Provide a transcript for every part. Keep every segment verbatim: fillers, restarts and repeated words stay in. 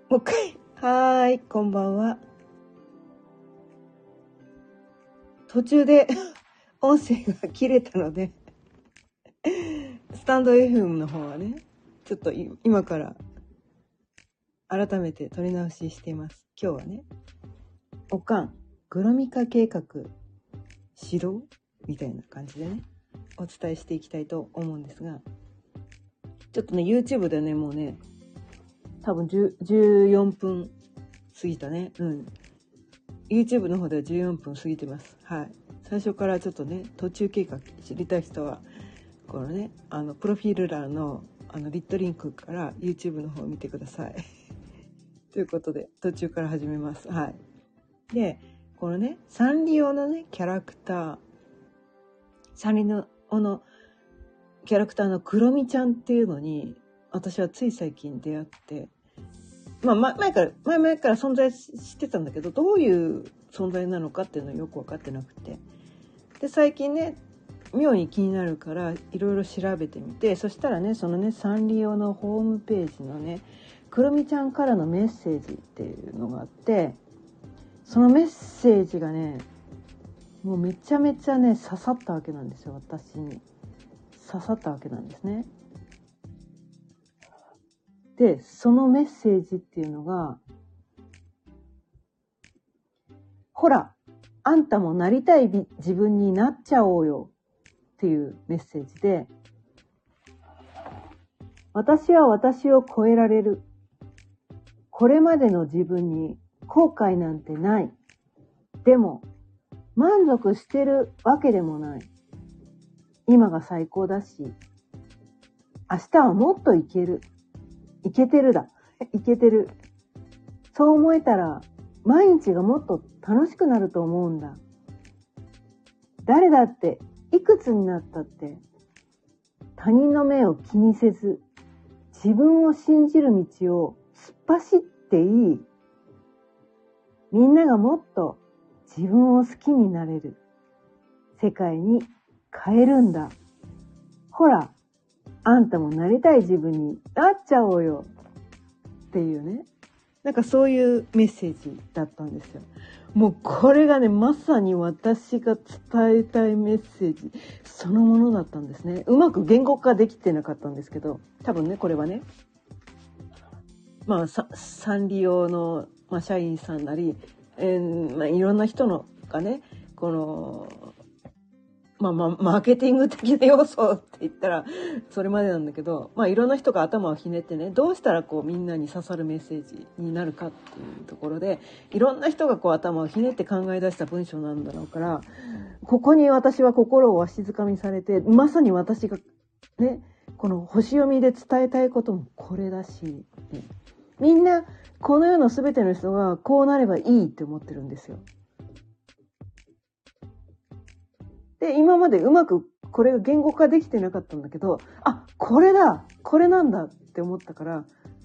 もう一回。はーい、こんばんは。途中で音声が切れたので、スタンド エフエム の方はね、ちょっと今から改めて撮り直ししています。今日はね、おかん、グロミ化計画、指導みたいな感じでね、お伝えしていきたいと思うんですが、ちょっとね、YouTube でね、もうね、多分じゅうよんぷん過ぎたね。うん。YouTube の方ではじゅうよんぷん過ぎてます。はい。最初からちょっとね、途中経過知りたい人は、このね、あの、プロフィール欄の、あの、リットリンクから YouTube の方を見てください。ということで、途中から始めます。はい。で、このね、サンリオのね、キャラクター、サンリオのキャラクターのクロミちゃんっていうのに、私はつい最近出会って、まあ、前から、前々から存在してたんだけど、どういう存在なのかっていうのはよく分かってなくて。で、最近ね、妙に気になるから、いろいろ調べてみて、そしたらね、そのね、サンリオのホームページのね、クロミちゃんからのメッセージっていうのがあって、そのメッセージがね、もうめちゃめちゃね、刺さったわけなんですよ、私に。刺さったわけなんですね。で、そのメッセージっていうのが、ほら、あんたもなりたい自分になっちゃおうよっていうメッセージで、私は私を超えられる。これまでの自分に後悔なんてない。でも、満足してるわけでもない。今が最高だし、明日はもっといける。いけてるだ。いけてる。そう思えたら、毎日がもっと楽しくなると思うんだ。誰だって、いくつになったって、他人の目を気にせず、自分を信じる道を突っ走っていい。みんながもっと自分を好きになれる世界に変えるんだ。ほら、あんたもなりたい自分になっちゃおうよっていうね。なんかそういうメッセージだったんですよ。もうこれがね、まさに私が伝えたいメッセージそのものだったんですね。うまく言語化できてなかったんですけど、多分ね、これはね、まあ、サ, サンリオの、まあ、社員さんなり、えーまあ、いろんな人のがね、この、まあまあ、マーケティング的な要素って言ったらそれまでなんだけど、まあいろんな人が頭をひねってね、どうしたらこうみんなに刺さるメッセージになるかっていうところで、いろんな人がこう頭をひねって考え出した文章なんだろうから、ここに私は心をわしづかみされて、まさに私がね、この星読みで伝えたいこともこれだし、ね、みんなこの世の全ての人がこうなればいいって思ってるんですよ。で、今までうまくこれが言語化できてなかったんだけど、あ、これだこれなんだって思ったから、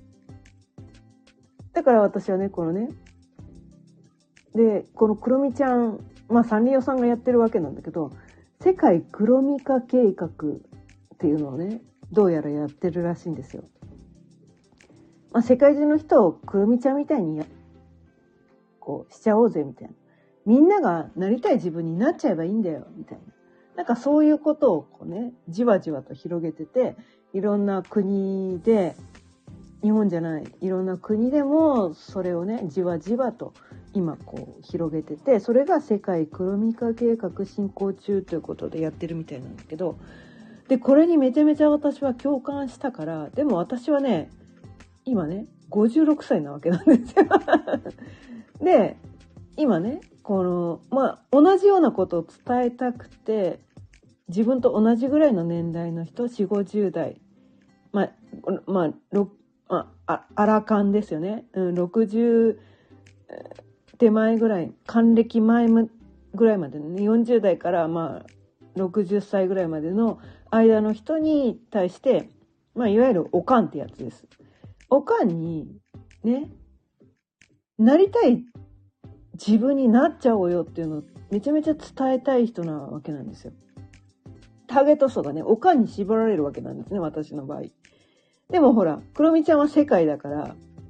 だから私はね、このね、で、このクロミちゃん、まあサンリオさんがやってるわけなんだけど、世界クロミ化計画っていうのをね、どうやらやってるらしいんですよ。まあ世界中の人をクロミちゃんみたいにこうしちゃおうぜみたいな。みんながなりたい自分になっちゃえばいいんだよみたいな。なんかそういうことをこうね、じわじわと広げてて、いろんな国で、日本じゃない、いろんな国でもそれをね、じわじわと今こう広げてて、それが世界クロミ化計画進行中ということでやってるみたいなんだけど、で、これにめちゃめちゃ私は共感したから、でも私はね、今ね、ごじゅうろくさいなわけなんですよ。で、今ね、この、まあ、同じようなことを伝えたくて、自分と同じぐらいの年代の人、よんじゅう、ごじゅう代、まあ、まあ、ろまあ、アラカンですよね。うん、ろくじゅう手前ぐらい、還暦前ぐらいまでね、よんじゅう代からまあ、ろくじゅっさいぐらいまでの間の人に対して、まあ、いわゆるおかんってやつです。おかんに、ね、なりたい自分になっちゃおうよっていうのをめちゃめちゃ伝えたい人なわけなんですよ。ターゲット層がね、おかんに絞られるわけなんですね、私の場合。でもほら、クロミちゃんは世界だから、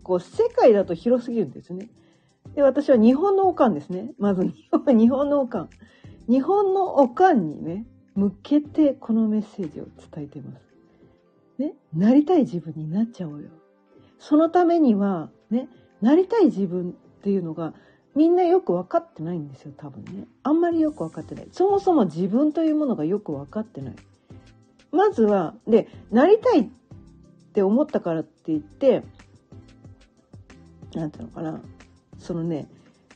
こう世界だと広すぎるんですね。で、私は日本のおかんですね。まず日本、日本のおかん。日本のおかんにね、向けてこのメッセージを伝えています。ね、なりたい自分になっちゃおうよ。そのためには、ね、なりたい自分っていうのがみんなよく分かってないんですよ、多分ね。あんまりよく分かってない。そもそも自分というものがよく分かってない。まずは、で、なりたいって思ったからって言って、なんていうのかな、そのね、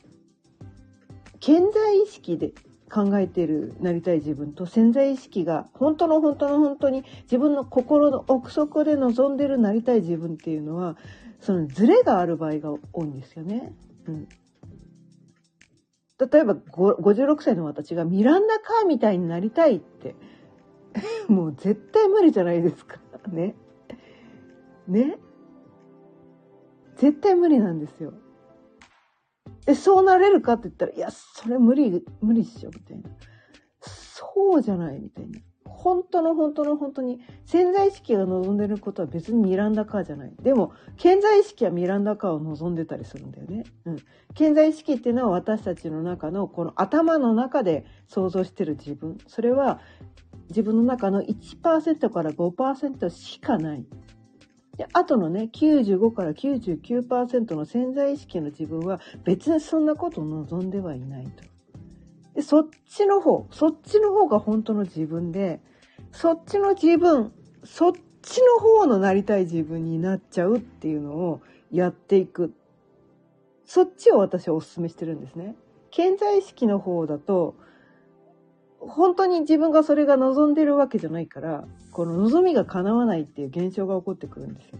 潜在意識で考えているなりたい自分と潜在意識が本当の本当の本当に自分の心の奥底で望んでるなりたい自分っていうのはそのズレがある場合が多いんですよね。うん、例えばごじゅうろくさいの私がミランダ・カーみたいになりたいってもう絶対無理じゃないですかね。ね。絶対無理なんですよ。え、そうなれるかって言ったら、いや、それ無理、無理っしょ、みたいな。そうじゃない、みたいな。本当の本当の本当に、潜在意識が望んでることは別にミランダカーじゃない。でも、潜在意識はミランダカーを望んでたりするんだよね。うん。潜在意識っていうのは私たちの中の、この頭の中で想像してる自分。それは、自分の中の いちパーセント から ごパーセント しかない。で、あとのね、きゅうじゅうごからきゅうじゅうきゅうパーセント の潜在意識の自分は別にそんなことを望んではいないと。で、そっちの方、そっちの方が本当の自分で、そっちの自分、そっちの方のなりたい自分になっちゃうっていうのをやっていく。そっちを私はお勧めしてるんですね。潜在意識の方だと、本当に自分がそれが望んでるわけじゃないから、この望みが叶わないっていう現象が起こってくるんですよ。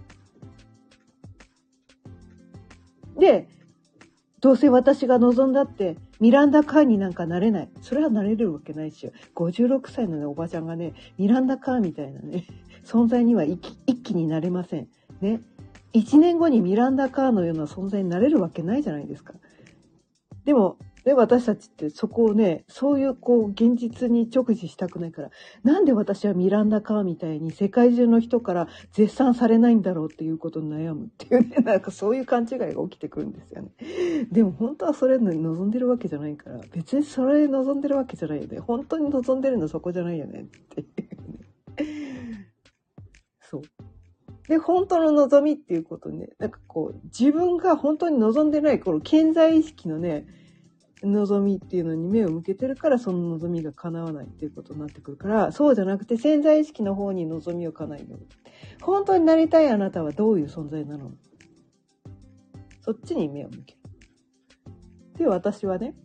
で、どうせ私が望んだってミランダ・カーになんかなれない。それはなれるわけないしよ。ごじゅうろくさいの、ね、おばちゃんがね、ミランダ・カーみたいなね、存在には一気、一気になれません。ね。いちねんごにミランダ・カーのような存在になれるわけないじゃないですか。でも、で、私たちってそこをね、そういうこう現実に直視したくないから、なんで私はミランダ・カーみたいに世界中の人から絶賛されないんだろうっていうことに悩むっていうね、なんかそういう勘違いが起きてくるんですよね。でも本当はそれ望んでるわけじゃないから、別にそれ望んでるわけじゃないよね。本当に望んでるのそこじゃないよねっていうね。そう。で、本当の望みっていうことね、なんかこう、自分が本当に望んでない、この潜在意識のね、望みっていうのに目を向けてるからその望みが叶わないっていうことになってくるから、そうじゃなくて潜在意識の方に望みを叶えよう。本当になりたいあなたはどういう存在なの？そっちに目を向ける。で、私はね、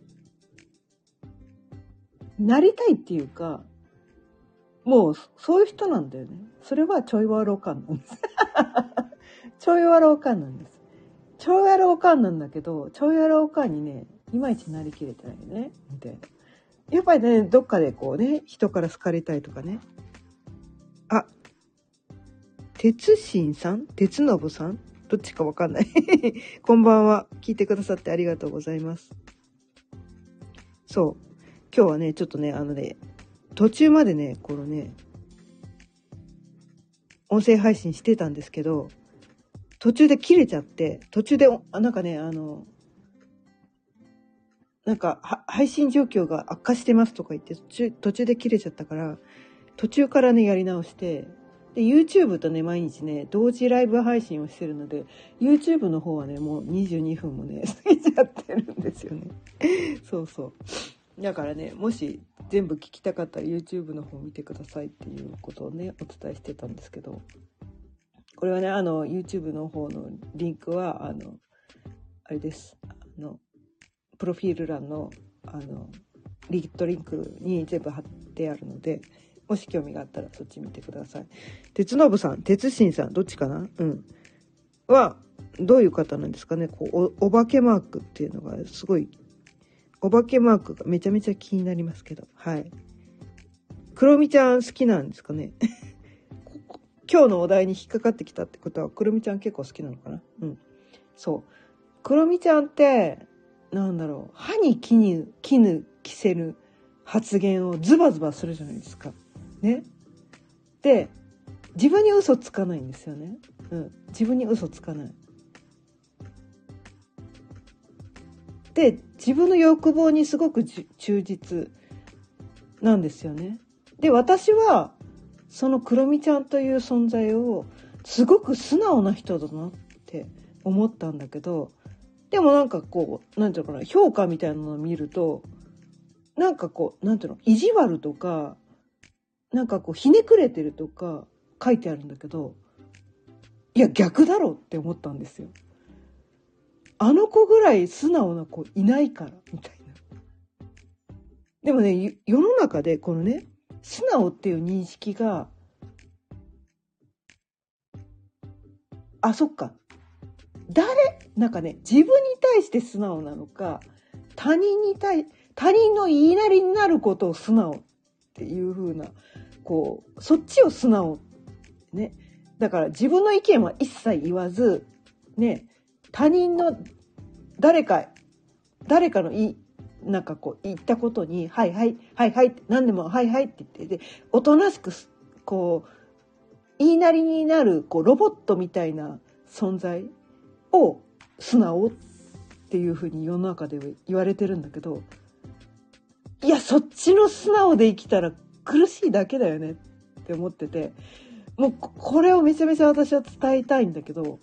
なりたいっていうか、もうそういう人なんだよね。それはちょいわろうかんなんです。ちょいわろうかんなんです。ちょいわろうかんなんだけど、ちょいわろうかんにね、いまいちなりきれてないよね、みたいな。やっぱりね、どっかでこうね、人から好かれたいとかね。あ、鉄心さん？鉄信さん？どっちかわかんない。こんばんは。聞いてくださってありがとうございます。そう。今日はね、ちょっとね、あのね、途中までね、このね、音声配信してたんですけど、途中で切れちゃって、途中で、なんかね、あの、なんか、配信状況が悪化してますとか言って途中、途中で切れちゃったから、途中からね、やり直して、で、YouTube とね、毎日ね、同時ライブ配信をしてるので、YouTube の方はね、もうにじゅうにふんもね、過ぎちゃってるんですよね。そうそう。だからね、もし全部聞きたかったら YouTube の方見てくださいっていうことをね、お伝えしてたんですけど、これはね、あの、YouTube の方のリンクは、あの、あれです。あの、プロフィール欄の、あの、リットリンクに全部貼ってあるので、もし興味があったらそっち見てください。鉄信さん、鉄心さん、どっちかな？うん。は、どういう方なんですかね？こうお、お化けマークっていうのがすごい、お化けマークがめちゃめちゃ気になりますけど、はい。クロミちゃん好きなんですかね？今日のお題に引っかかってきたってことは、クロミちゃん結構好きなのかな？うん。そう。クロミちゃんって、なんだろう、歯に衣ぬ、着せぬ発言をズバズバするじゃないですか。ね。で、自分に嘘つかないんですよね。うん。自分に嘘つかない。 で、自分の欲望にすごく忠実なんですよね。で、私はそのクロミちゃんという存在をすごく素直な人だなって思ったんだけど、でもなんかこう、なんていうのかな、評価みたいなのを見ると、なんかこう、なんていうの、意地悪とか、なんかこう、ひねくれてるとか書いてあるんだけど、いや、逆だろって思ったんですよ。あの子ぐらい素直な子いないから、みたいな。でもね、世の中でこのね、素直っていう認識が、あ、そっか。誰なんかね、自分に対して素直なのか、他人に対、他人の言いなりになることを素直っていう風な、こう、そっちを素直。ね。だから自分の意見は一切言わず、ね、他人の誰か、誰かのい、なんかこう言ったことに、はいはい、はいはい、何でもはいはいって言って、で、おとなしく、こう、言いなりになる、こう、ロボットみたいな存在を素直っていうふうに世の中で言われてるんだけど、いや、そっちの素直で生きたら苦しいだけだよねって思ってて、もうこれをめちゃめちゃ私は伝えたいんだけど、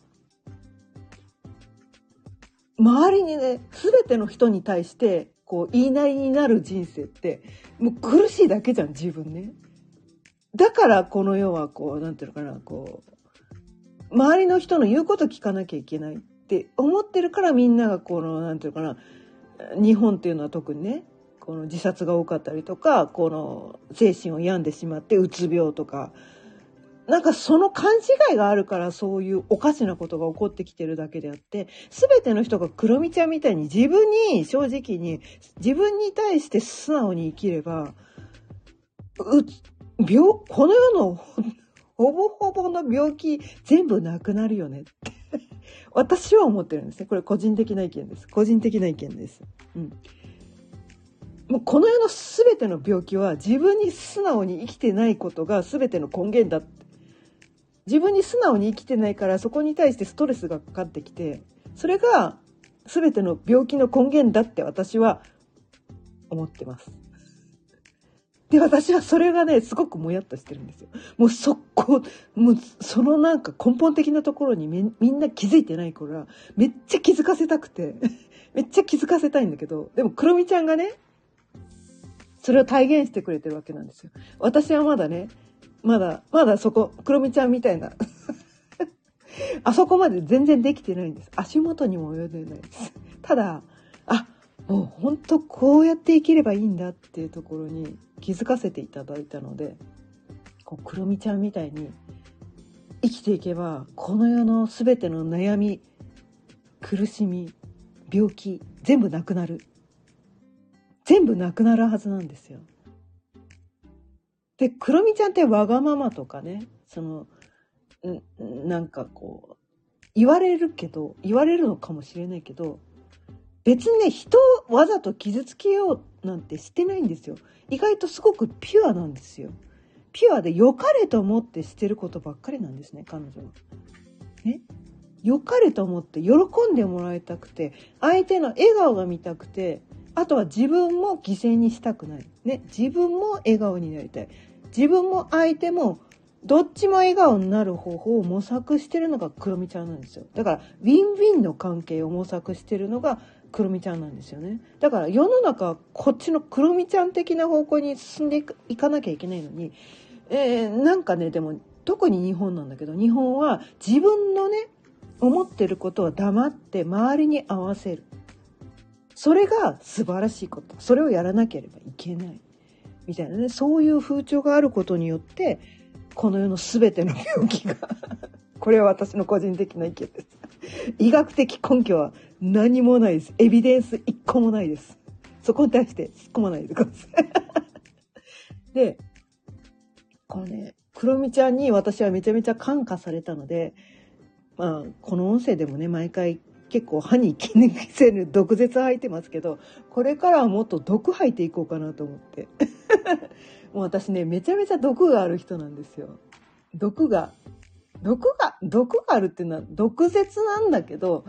周りにね、すべての人に対してこう言いなりになる人生ってもう苦しいだけじゃん、自分ね。だからこの世はこう、なんていうのかな、こう周りの人の言うこと聞かなきゃいけないって思ってるから、みんながこの、なんていうのかな、日本っていうのは特にね、この自殺が多かったりとか、この精神を病んでしまってうつ病とか、なんかその勘違いがあるから、そういうおかしなことが起こってきてるだけであって、全ての人がクロミちゃんみたいに自分に正直に、自分に対して素直に生きれば、う病この世のほぼほぼの病気全部なくなるよねって私は思ってるんですね。これ個人的な意見です。個人的な意見です。うん。もうこの世の全ての病気は自分に素直に生きてないことが全ての根源だって。自分に素直に生きてないから、そこに対してストレスがかかってきて、それが全ての病気の根源だって私は思ってます。で、私はそれがね、すごくもやっとしてるんですよ。もうそこ、もうそのなんか根本的なところにみ、みんな気づいてないから、めっちゃ気づかせたくて、めっちゃ気づかせたいんだけど、でもクロミちゃんがね、それを体現してくれてるわけなんですよ。私はまだね、まだ、まだそこ、クロミちゃんみたいな、あそこまで全然できてないんです。足元にも及んでないです。ただ、あ、もう本当こうやって生きればいいんだっていうところに気づかせていただいたので、こうクロミちゃんみたいに生きていけば、この世の全ての悩み、苦しみ、病気、全部なくなる。全部なくなるはずなんですよ。で、クロミちゃんってわがままとかね、その、んなんかこう、言われるけど、言われるのかもしれないけど、別にね、人をわざと傷つけようなんてしてないんですよ。意外とすごくピュアなんですよ。ピュアで良かれと思ってしてることばっかりなんですね、彼女は。ね。良かれと思って喜んでもらいたくて、相手の笑顔が見たくて、あとは自分も犠牲にしたくない。ね。自分も笑顔になりたい。自分も相手もどっちも笑顔になる方法を模索してるのがクロミちゃんなんですよ。だからウィンウィンの関係を模索してるのがクロミちゃんなんですよね。だから世の中はこっちのクロミちゃん的な方向に進んでいかなきゃいけないのに、えー、なんかね、でも特に日本なんだけど、日本は自分のね、思ってることは黙って周りに合わせる。それが素晴らしいこと。それをやらなければいけない。みたいなね、そういう風潮があることによって、この世の全ての病気がこれは私の個人的な意見です。医学的根拠は何もないです。エビデンス一個もないです。そこに対して突っ込まないでくださいで、このね、クロミちゃんに私はめちゃめちゃ感化されたので、まあこの音声でもね、毎回結構歯に衣着せぬ毒舌吐いてますけど、これからはもっと毒吐いていこうかなと思ってもう私ね、めちゃめちゃ毒がある人なんですよ。毒が毒が毒があるっていうのは毒舌なんだけど、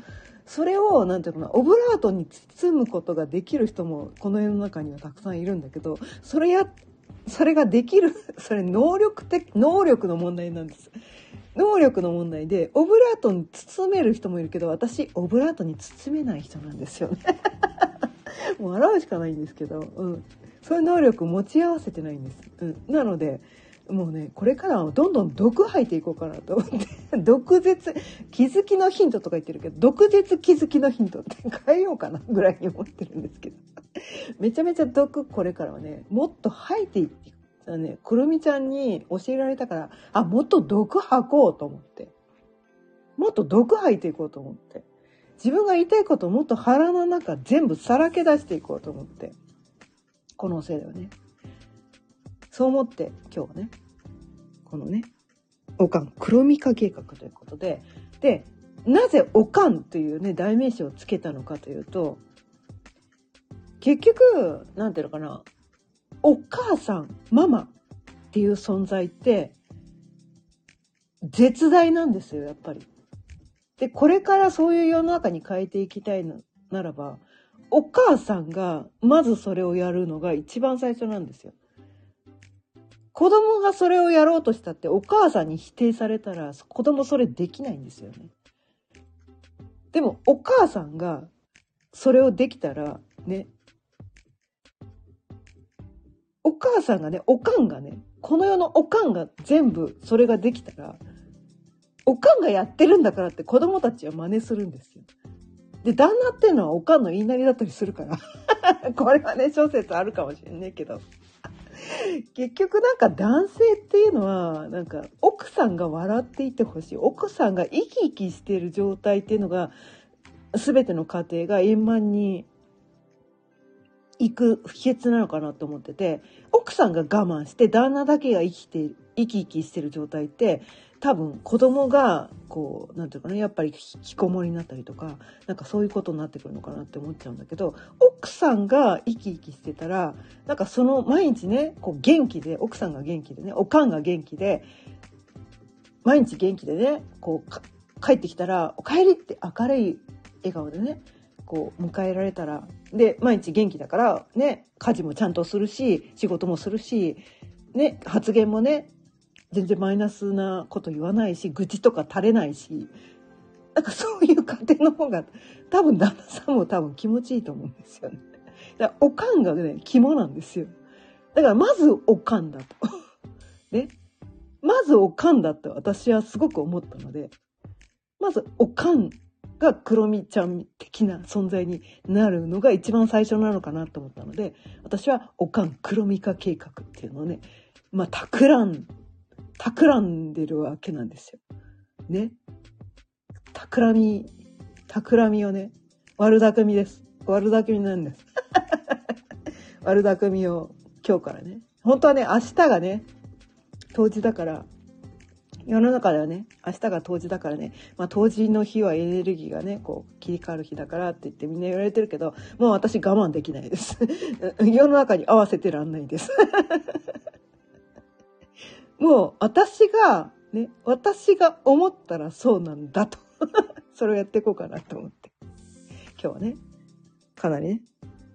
それをなんていうかな、オブラートに包むことができる人もこの世の中にはたくさんいるんだけど、それやそれができる、それ能力的能力の問題なんです。能力の問題で、オブラートに包める人もいるけど、私オブラートに包めない人なんですよね。もう笑うしかないんですけど、うん、そういう能力を持ち合わせてないんです。うん、なのでもうね、これからはどんどん毒吐いていこうかなと思って毒舌気づきのヒントとか言ってるけど、毒舌気づきのヒントって変えようかなぐらいに思ってるんですけどめちゃめちゃ毒、これからはねもっと吐いていってね、くるみちゃんに教えられたから、あ、もっと毒吐こうと思って、もっと毒吐いていこうと思って、自分が言いたいことをもっと腹の中全部さらけ出していこうと思って、このせいではね、そう思って今日はね、このね、おかん黒ミカ計画ということで、で、なぜおかんというね、代名詞をつけたのかというと、結局、なんていうのかな、お母さん、ママっていう存在って絶大なんですよ、やっぱり。で、これからそういう世の中に変えていきたいのならば、お母さんがまずそれをやるのが一番最初なんですよ。子供がそれをやろうとしたってお母さんに否定されたら子供それできないんですよね。でもお母さんがそれをできたらね、お母さんがね、おかんがね、この世のおかんが全部それができたら、おかんがやってるんだからって子供たちは真似するんですよ。で、旦那っていうのはおかんの言いなりだったりするからこれはね、諸説あるかもしれないけど結局なんか男性っていうのはなんか奥さんが笑っていてほしい、奥さんが生き生きしている状態っていうのが全ての家庭が円満にいく秘訣なのかなと思ってて、奥さんが我慢して旦那だけが生きて生き生きしてる状態って多分子供がこうなんていうかな、やっぱり引きこもりになったりとか、なんかそういうことになってくるのかなって思っちゃうんだけど、奥さんが生き生きしてたらなんかその毎日ねこう元気で、奥さんが元気でね、おかんが元気で毎日元気でねこう帰ってきたらおかえりって明るい笑顔でねこう迎えられたら、で毎日元気だからね、家事もちゃんとするし仕事もするしね、発言もね全然マイナスなこと言わないし、愚痴とか垂れないし、なんかそういう家庭の方が多分旦那さんも多分気持ちいいと思うんですよね。だからおかんがね肝なんですよ。だからまずおかんだとね、まずおかんだって私はすごく思ったので、まずおかんがクロミちゃん的な存在になるのが一番最初なのかなと思ったので、私はおかんクロミカ計画っていうのをね、まあ企ん企んでるわけなんですよね。企み企みをね、悪巧みです、悪巧みなんです悪巧みを今日からね、本当はね明日がね冬至だから、世の中ではね明日が冬至だからね、まあ、冬至の日はエネルギーがねこう切り替わる日だからって言ってみんな言われてるけど、もう私我慢できないです世の中に合わせてらんないですもう私がね、私が思ったらそうなんだとそれをやっていこうかなと思って、今日はねかなりね、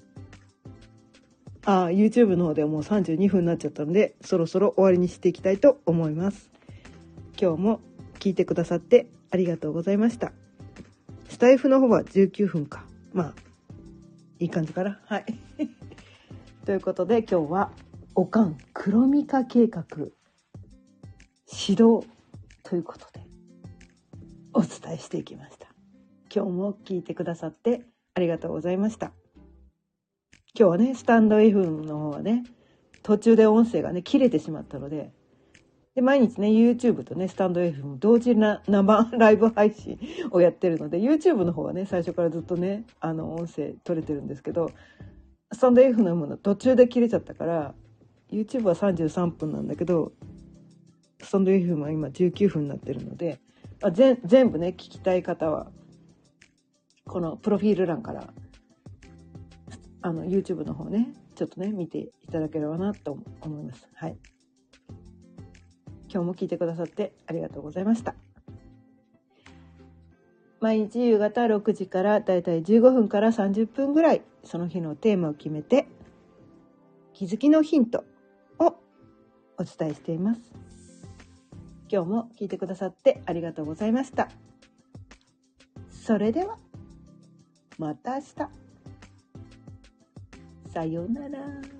ああ YouTube の方ではもうさんじゅうにふんになっちゃったので、そろそろ終わりにしていきたいと思います。今日も聞いてくださってありがとうございました。スタイフの方はじゅうきゅうふんか、まあいい感じかな、はいということで今日はおかん黒ミカ計画指導ということでお伝えしていきました。今日も聞いてくださってありがとうございました。今日はねスタンド エフエム の方はね途中で音声がね切れてしまったので、で毎日ね YouTube とねスタンド エフエム 同時な生ライブ配信をやってるので、 YouTube の方はね最初からずっとねあの音声取れてるんですけど、スタンド エフエム の途中で切れちゃったから YouTube はさんじゅうさんぷんなんだけど、スタンド エフエム は今じゅうきゅうふんになってるので、まあ、全部ね聞きたい方はこのプロフィール欄からあの YouTube の方ねちょっとね見ていただければなと思います。はい、今日も聞いてくださってありがとうございました。 毎日夕方ろくじからだいたいじゅうごふんからさんじゅっぷんぐらい、その日のテーマを決めて、気づきのヒントをお伝えしています。今日も聞いてくださってありがとうございました。それでは、また明日。さようなら。